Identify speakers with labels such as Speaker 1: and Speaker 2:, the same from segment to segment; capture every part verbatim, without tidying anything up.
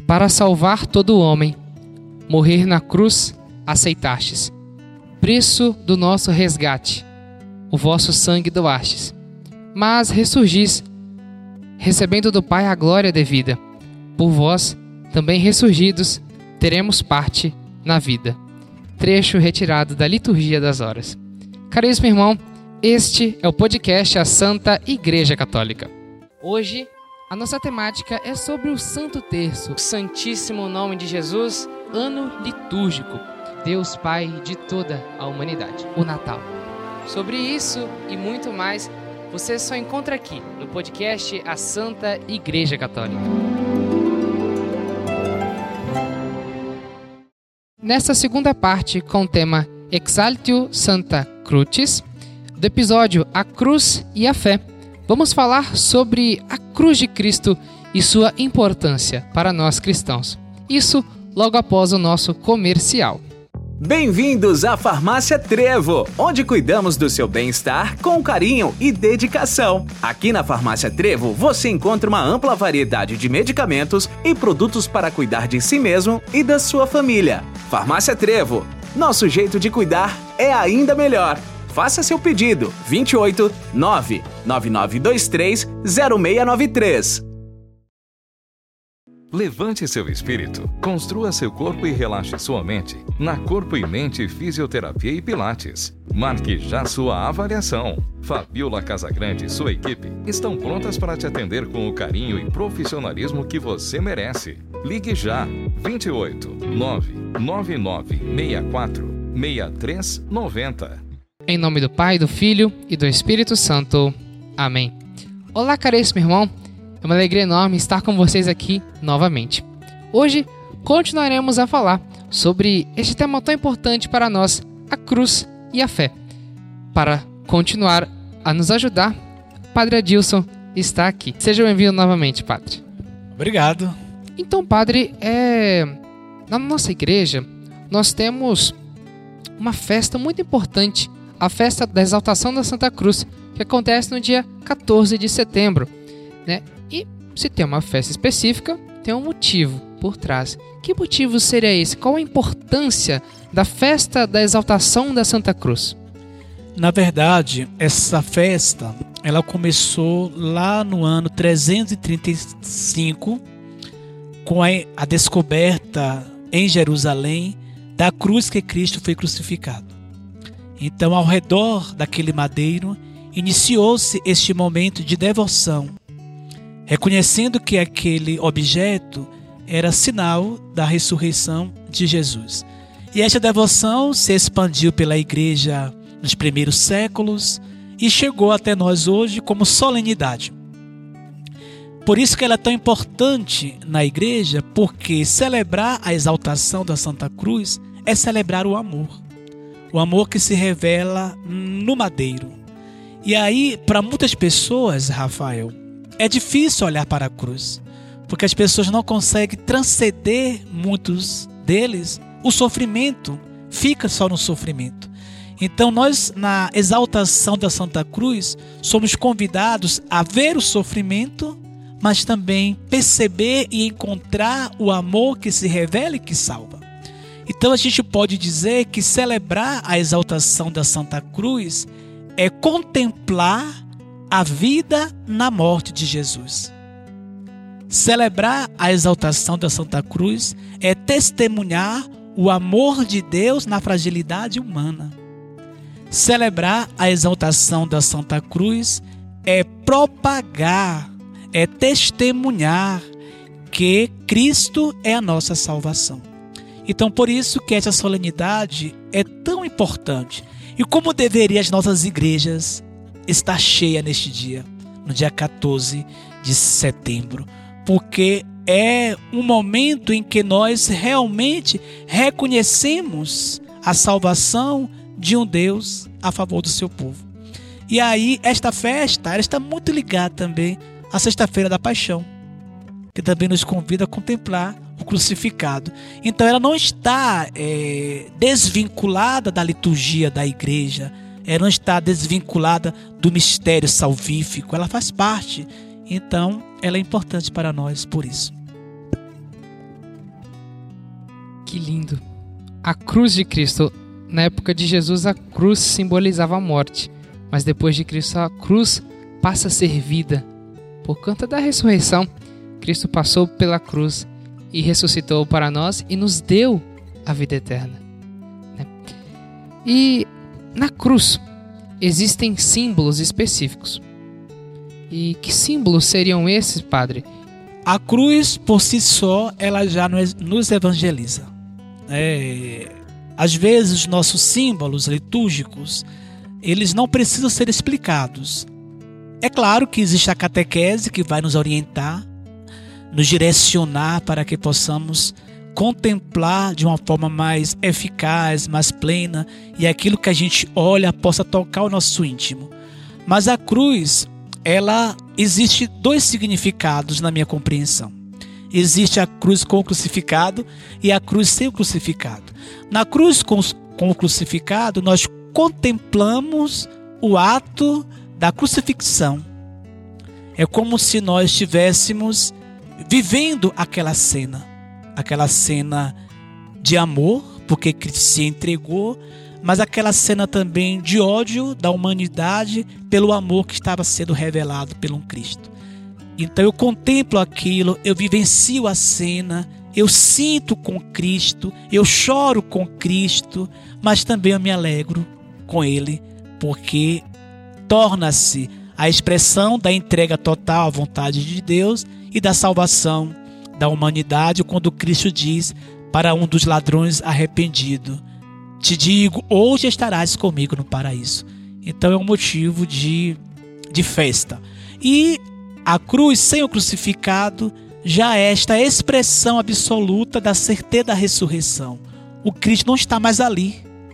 Speaker 1: para salvar todo o homem, morrer na cruz aceitastes, preço do nosso resgate, o vosso sangue doastes, mas ressurgis, recebendo do Pai a glória devida, por vós, também ressurgidos, teremos parte na vida. Trecho retirado da Liturgia das Horas. Caríssimo irmão, este é o podcast A Santa Igreja Católica. Hoje, a nossa temática é sobre o Santo Terço, o Santíssimo Nome de Jesus, ano litúrgico, Deus Pai de toda a humanidade, o Natal. Sobre isso e muito mais, você só encontra aqui no podcast A Santa Igreja Católica. Nesta segunda parte, com o tema Exaltio Sancta Crucis, do episódio A Cruz e a Fé, vamos falar sobre a cruz de Cristo e sua importância para nós cristãos. Isso logo após o nosso comercial.
Speaker 2: Bem-vindos à Farmácia Trevo, onde cuidamos do seu bem-estar com carinho e dedicação. Aqui na Farmácia Trevo, você encontra uma ampla variedade de medicamentos e produtos para cuidar de si mesmo e da sua família. Farmácia Trevo, nosso jeito de cuidar é ainda melhor. Faça seu pedido, vinte e oito, nove nove nove dois três, zero seis nove três.
Speaker 3: Levante seu espírito, construa seu corpo e relaxe sua mente na Corpo e Mente Fisioterapia e Pilates. Marque já sua avaliação. Fabiola Casagrande e sua equipe estão prontas para te atender com o carinho e profissionalismo que você merece. Ligue já vinte e oito, nove nove nove seis quatro, seis três nove zero.
Speaker 1: Em nome do Pai, do Filho e do Espírito Santo. Amém. Olá, caríssimo irmão. É uma alegria enorme estar com vocês aqui novamente. Hoje continuaremos a falar sobre este tema tão importante para nós, a cruz e a fé. Para continuar a nos ajudar, Padre Adilson está aqui. Seja bem-vindo novamente, Padre.
Speaker 4: Obrigado.
Speaker 1: Então, Padre, é... na nossa igreja nós temos uma festa muito importante, a festa da exaltação da Santa Cruz, que acontece no dia quatorze de setembro, né? E se tem uma festa específica, tem um motivo por trás. Que motivo seria esse? Qual a importância da festa da exaltação da Santa Cruz?
Speaker 4: Na verdade, essa festa, ela começou lá no ano trezentos e trinta e cinco, com a, a descoberta em Jerusalém da cruz que Cristo foi crucificado. Então, ao redor daquele madeiro, iniciou-se este momento de devoção, reconhecendo que aquele objeto era sinal da ressurreição de Jesus. E esta devoção se expandiu pela igreja nos primeiros séculos e chegou até nós hoje como solenidade. Por isso que ela é tão importante na igreja, porque celebrar a exaltação da Santa Cruz é celebrar o amor. O amor que se revela no madeiro. E aí, para muitas pessoas, Rafael, é difícil olhar para a cruz, porque as pessoas não conseguem transcender, muitos deles, o sofrimento, fica só no sofrimento. Então nós, na exaltação da Santa Cruz, somos convidados a ver o sofrimento, mas também perceber e encontrar o amor que se revela e que salva. Então a gente pode dizer que celebrar a exaltação da Santa Cruz é contemplar a vida na morte de Jesus. Celebrar a exaltação da Santa Cruz é testemunhar o amor de Deus na fragilidade humana. Celebrar a exaltação da Santa Cruz é propagar, é testemunhar que Cristo é a nossa salvação. Então, por isso que essa solenidade é tão importante. E como deveriam as nossas igrejas está cheia neste dia, no dia quatorze de setembro, porque é um momento em que nós realmente reconhecemos a salvação de um Deus a favor do seu povo. E aí esta festa ela está muito ligada também à Sexta-feira da Paixão, que também nos convida a contemplar o crucificado. Então ela não está é, desvinculada da liturgia da igreja, ela não está desvinculada do mistério salvífico, ela faz parte. Então ela é importante para nós por isso.
Speaker 1: Que lindo! A cruz de Cristo. Na época de Jesus, a cruz simbolizava a morte. Mas depois de Cristo, a cruz passa a ser vida. Por conta da ressurreição, Cristo passou pela cruz e ressuscitou para nós e nos deu a vida eterna. E na cruz existem símbolos específicos. E que símbolos seriam esses, padre?
Speaker 4: A cruz, por si só, ela já nos evangeliza. É, às vezes, os nossos símbolos litúrgicos, eles não precisam ser explicados. É claro que existe a catequese que vai nos orientar, nos direcionar para que possamos contemplar de uma forma mais eficaz, mais plena, e aquilo que a gente olha possa tocar o nosso íntimo. Mas a cruz, ela existe dois significados na minha compreensão. Existe a cruz com o crucificado e a cruz sem o crucificado. Na cruz com, com o crucificado, nós contemplamos o ato da crucifixão. É como se nós estivéssemos vivendo aquela cena. Aquela cena de amor, porque Cristo se entregou, mas aquela cena também de ódio da humanidade pelo amor que estava sendo revelado pelo Cristo. Então eu contemplo aquilo, eu vivencio a cena, eu sinto com Cristo, eu choro com Cristo, mas também eu me alegro com Ele, porque torna-se a expressão da entrega total à vontade de Deus e da salvação da humanidade, quando Cristo diz para um dos ladrões arrependido: te digo, hoje estarás comigo no paraíso. Então é um motivo de, de festa. E a cruz sem o crucificado já é esta expressão absoluta da certeza da ressurreição. O Cristo não está mais ali.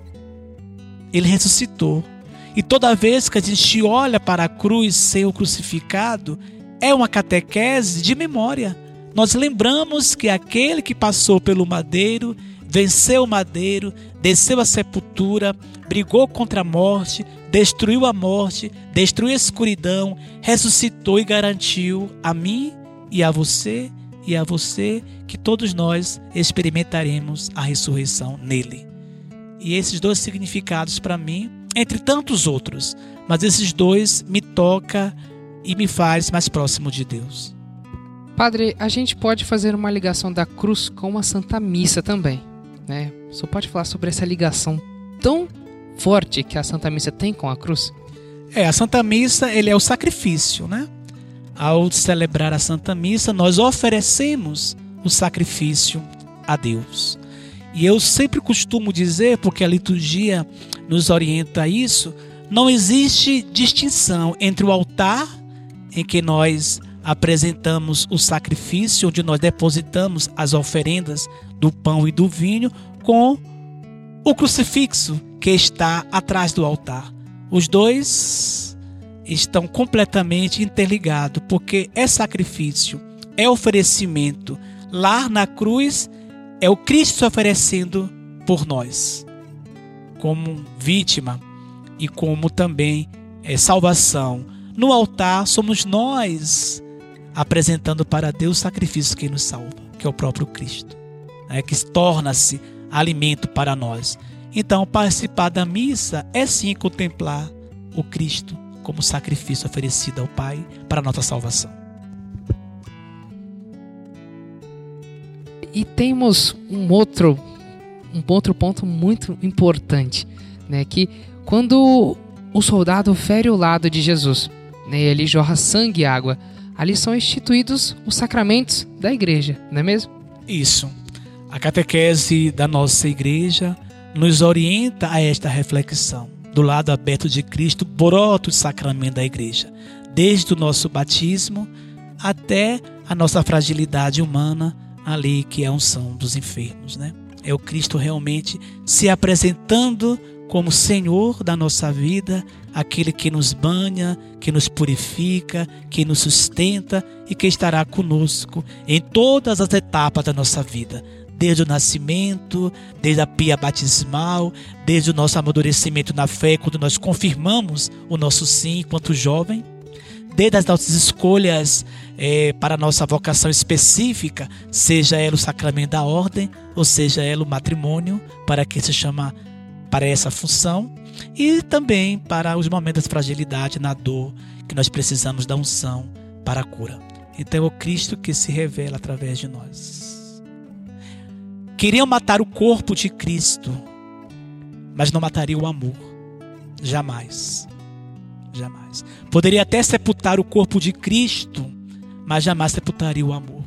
Speaker 4: Ele ressuscitou. E toda vez que a gente olha para a cruz sem o crucificado, é uma catequese de memória. Nós lembramos que aquele que passou pelo madeiro, venceu o madeiro, desceu a sepultura, brigou contra a morte, destruiu a morte, destruiu a escuridão, ressuscitou e garantiu a mim e a você e a você que todos nós experimentaremos a ressurreição nele. E esses dois significados para mim, entre tantos outros, mas esses dois me tocam e me faz mais próximo de Deus.
Speaker 1: Padre, a gente pode fazer uma ligação da cruz com a Santa Missa também, né? O senhor pode falar sobre essa ligação tão forte que a Santa Missa tem com a cruz?
Speaker 4: É, a Santa Missa, ele é o sacrifício, né? Ao celebrar a Santa Missa, nós oferecemos o sacrifício a Deus. E eu sempre costumo dizer, porque a liturgia nos orienta a isso, não existe distinção entre o altar em que nós apresentamos o sacrifício, onde nós depositamos as oferendas do pão e do vinho, com o crucifixo que está atrás do altar. Os dois estão completamente interligados, porque é sacrifício, é oferecimento. Lá na cruz é o Cristo se oferecendo por nós, como vítima e como também é, salvação. No altar somos nós apresentando para Deus o sacrifício que nos salva, que é o próprio Cristo, né, que torna-se alimento para nós. Então, participar da missa é sim contemplar o Cristo como sacrifício oferecido ao Pai para a nossa salvação.
Speaker 1: E temos um outro, um outro ponto muito importante, né, que quando o soldado fere o lado de Jesus, né, e ali jorra sangue e água, ali são instituídos os sacramentos da igreja, não é mesmo?
Speaker 4: Isso. A catequese da nossa igreja nos orienta a esta reflexão. Do lado aberto de Cristo brota o sacramento da igreja, desde o nosso batismo até a nossa fragilidade humana, ali que é a unção dos enfermos, né? É o Cristo realmente se apresentando como Senhor da nossa vida, aquele que nos banha, que nos purifica, que nos sustenta e que estará conosco em todas as etapas da nossa vida, desde o nascimento, desde a pia batismal, desde o nosso amadurecimento na fé, quando nós confirmamos o nosso sim enquanto jovem, desde as nossas escolhas é, para a nossa vocação específica, seja ela o sacramento da ordem, ou seja ela o matrimônio, para que se chama para essa função, e também para os momentos de fragilidade, na dor, que nós precisamos da unção para a cura. Então é o Cristo que se revela através de nós. Queriam matar o corpo de Cristo, mas não mataria o amor. Jamais. Jamais. Poderia até sepultar o corpo de Cristo, mas jamais sepultaria o amor.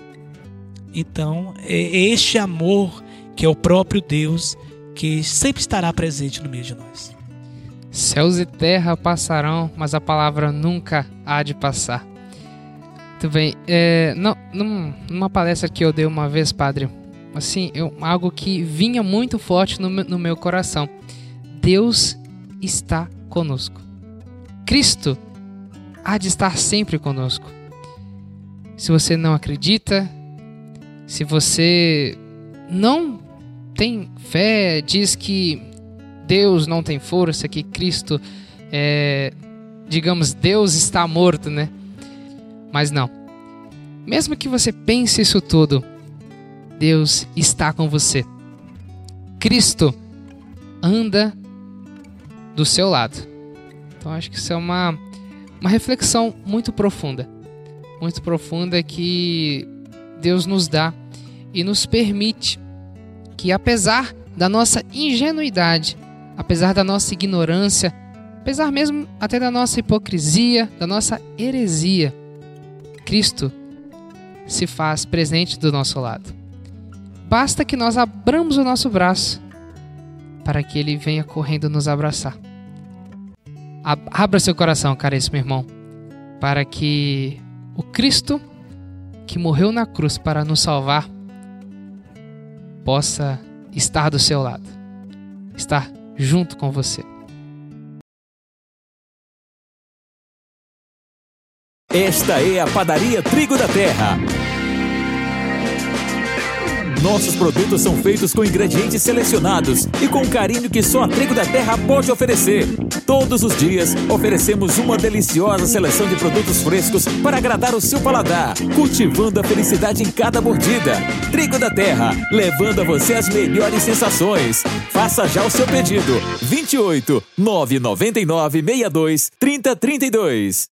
Speaker 4: Então, é este amor que é o próprio Deus, que sempre estará presente no meio de nós.
Speaker 1: Céus e terra passarão, mas a palavra nunca há de passar. Muito bem. É, não, num, numa palestra que eu dei uma vez, padre, assim, eu, algo que vinha muito forte no, no meu coração. Deus está conosco. Cristo há de estar sempre conosco. Se você não acredita, se você não tem fé, diz que Deus não tem força, que Cristo, é, digamos, Deus está morto, né? Mas não. Mesmo que você pense isso tudo, Deus está com você. Cristo anda do seu lado. Então acho que isso é uma, uma reflexão muito profunda. Muito profunda que Deus nos dá e nos permite que, apesar da nossa ingenuidade, apesar da nossa ignorância, apesar mesmo até da nossa hipocrisia, da nossa heresia, Cristo se faz presente do nosso lado. Basta que nós abramos o nosso braço para que Ele venha correndo nos abraçar. Abra seu coração, caríssimo irmão, para que o Cristo que morreu na cruz para nos salvar possa estar do seu lado, estar junto com você.
Speaker 2: Esta é a Padaria Trigo da Terra. Nossos produtos são feitos com ingredientes selecionados e com carinho que só a Trigo da Terra pode oferecer. Todos os dias oferecemos uma deliciosa seleção de produtos frescos para agradar o seu paladar, cultivando a felicidade em cada mordida. Trigo da Terra, levando a você as melhores sensações. Faça já o seu pedido. vinte e oito, nove nove nove, sessenta e dois, trinta, trinta e dois.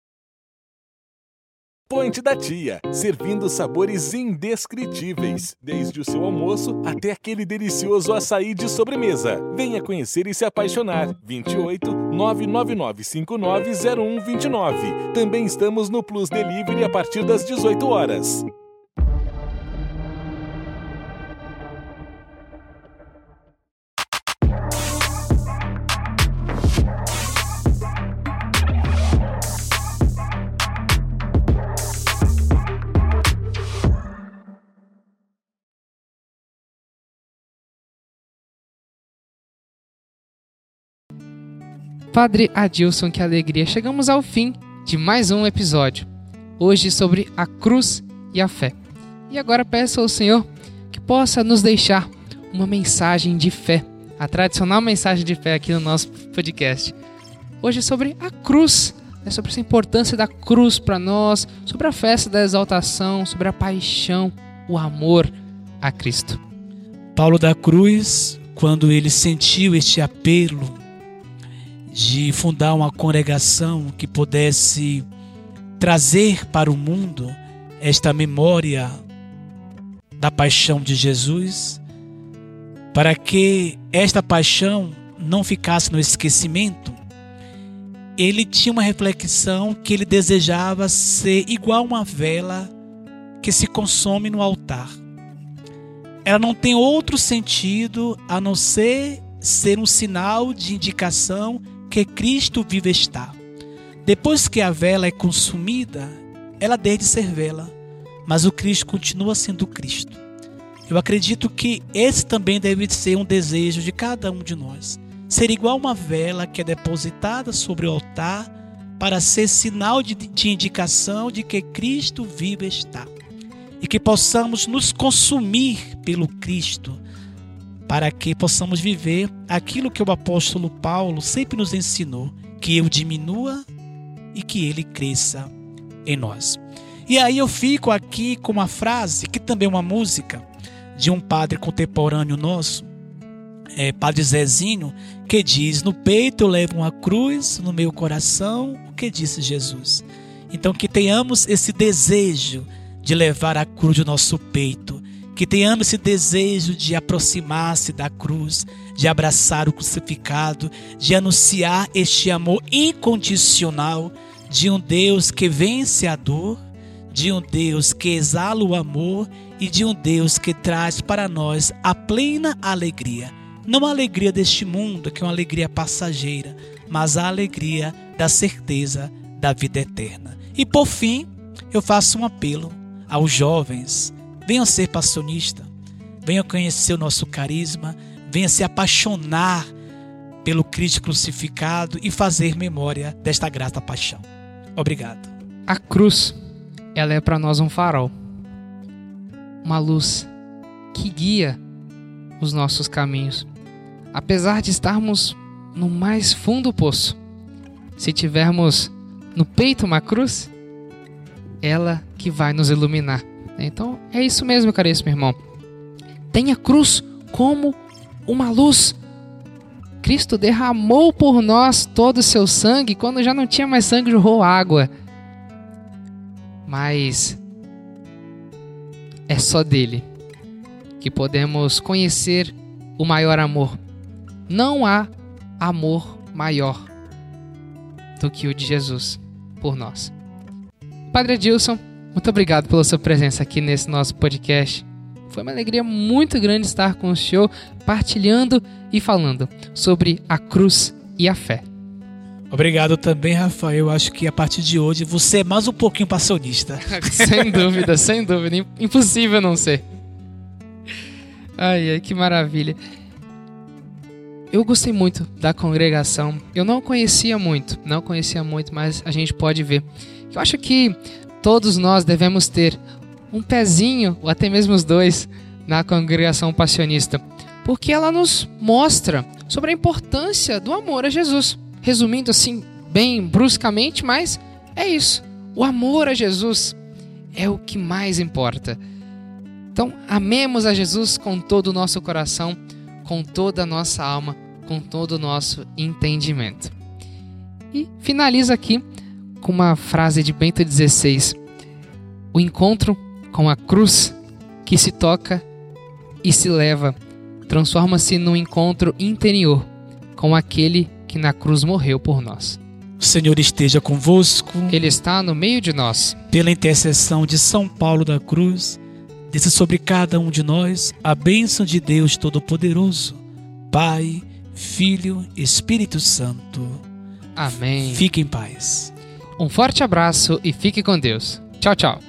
Speaker 5: Point da Tia, servindo sabores indescritíveis, desde o seu almoço até aquele delicioso açaí de sobremesa. Venha conhecer e se apaixonar. vinte e oito, nove nove nove cinco nove, zero um dois nove. Também estamos no Plus Delivery a partir das dezoito horas.
Speaker 1: Padre Adilson, que alegria! Chegamos ao fim de mais um episódio. Hoje sobre a cruz e a fé. E agora peço ao Senhor que possa nos deixar uma mensagem de fé. A tradicional mensagem de fé aqui no nosso podcast. Hoje sobre a cruz, né, sobre essa importância da cruz para nós, sobre a festa da exaltação, sobre a paixão, o amor a Cristo.
Speaker 4: Paulo da Cruz, quando ele sentiu este apelo de fundar uma congregação que pudesse trazer para o mundo esta memória da paixão de Jesus, para que esta paixão não ficasse no esquecimento, ele tinha uma reflexão que ele desejava ser igual uma vela que se consome no altar. Ela não tem outro sentido a não ser ser um sinal de indicação que Cristo vive está. Depois que a vela é consumida, ela deixa de ser vela, mas o Cristo continua sendo Cristo. Eu acredito que esse também deve ser um desejo de cada um de nós. Ser igual uma vela que é depositada sobre o altar para ser sinal de, de indicação de que Cristo vive está. E que possamos nos consumir pelo Cristo, para que possamos viver aquilo que o apóstolo Paulo sempre nos ensinou, que eu diminua e que Ele cresça em nós. E aí eu fico aqui com uma frase, que também é uma música, de um padre contemporâneo nosso, é, Padre Zezinho, que diz: no peito eu levo uma cruz, no meu coração o que disse Jesus. Então que tenhamos esse desejo de levar a cruz do nosso peito, que tenhamos esse desejo de aproximar-se da cruz, de abraçar o crucificado, de anunciar este amor incondicional de um Deus que vence a dor, de um Deus que exala o amor e de um Deus que traz para nós a plena alegria. Não a alegria deste mundo, que é uma alegria passageira, mas a alegria da certeza da vida eterna. E por fim, eu faço um apelo aos jovens: venham ser passionistas, venham conhecer o nosso carisma, venham se apaixonar pelo Cristo crucificado e fazer memória desta grata paixão. Obrigado.
Speaker 1: A cruz, ela é para nós um farol, uma luz que guia os nossos caminhos. Apesar de estarmos no mais fundo do poço, se tivermos no peito uma cruz, ela que vai nos iluminar. Então é isso mesmo, caríssimo irmão. Tenha a cruz como uma luz. Cristo derramou por nós todo o seu sangue. Quando já não tinha mais sangue, jorrou água. Mas é só dele que podemos conhecer o maior amor. Não há amor maior do que o de Jesus por nós. Padre Adilson, muito obrigado pela sua presença aqui nesse nosso podcast. Foi uma alegria muito grande estar com o senhor, partilhando e falando sobre a cruz e a fé.
Speaker 4: Obrigado também, Rafael. Acho que a partir de hoje você é mais um pouquinho passionista.
Speaker 1: Sem dúvida, sem dúvida. Impossível não ser. Ai, ai, que maravilha. Eu gostei muito da congregação. Eu não conhecia muito, não conhecia muito, mas a gente pode ver. Eu acho que todos nós devemos ter um pezinho, ou até mesmo os dois, na congregação passionista, porque ela nos mostra sobre a importância do amor a Jesus. Resumindo assim, bem bruscamente, mas é isso. O amor a Jesus é o que mais importa. Então, amemos a Jesus com todo o nosso coração, com toda a nossa alma, com todo o nosso entendimento. E finalizo aqui com uma frase de Bento dezesseis. O encontro com a cruz que se toca e se leva transforma-se num encontro interior com aquele que na cruz morreu por nós.
Speaker 4: O Senhor esteja convosco.
Speaker 1: Ele está no meio de nós.
Speaker 4: Pela intercessão de São Paulo da Cruz, desça sobre cada um de nós a bênção de Deus Todo-Poderoso, Pai, Filho, Espírito Santo.
Speaker 1: Amém.
Speaker 4: Fique em paz.
Speaker 1: Um forte abraço e fique com Deus. Tchau, tchau.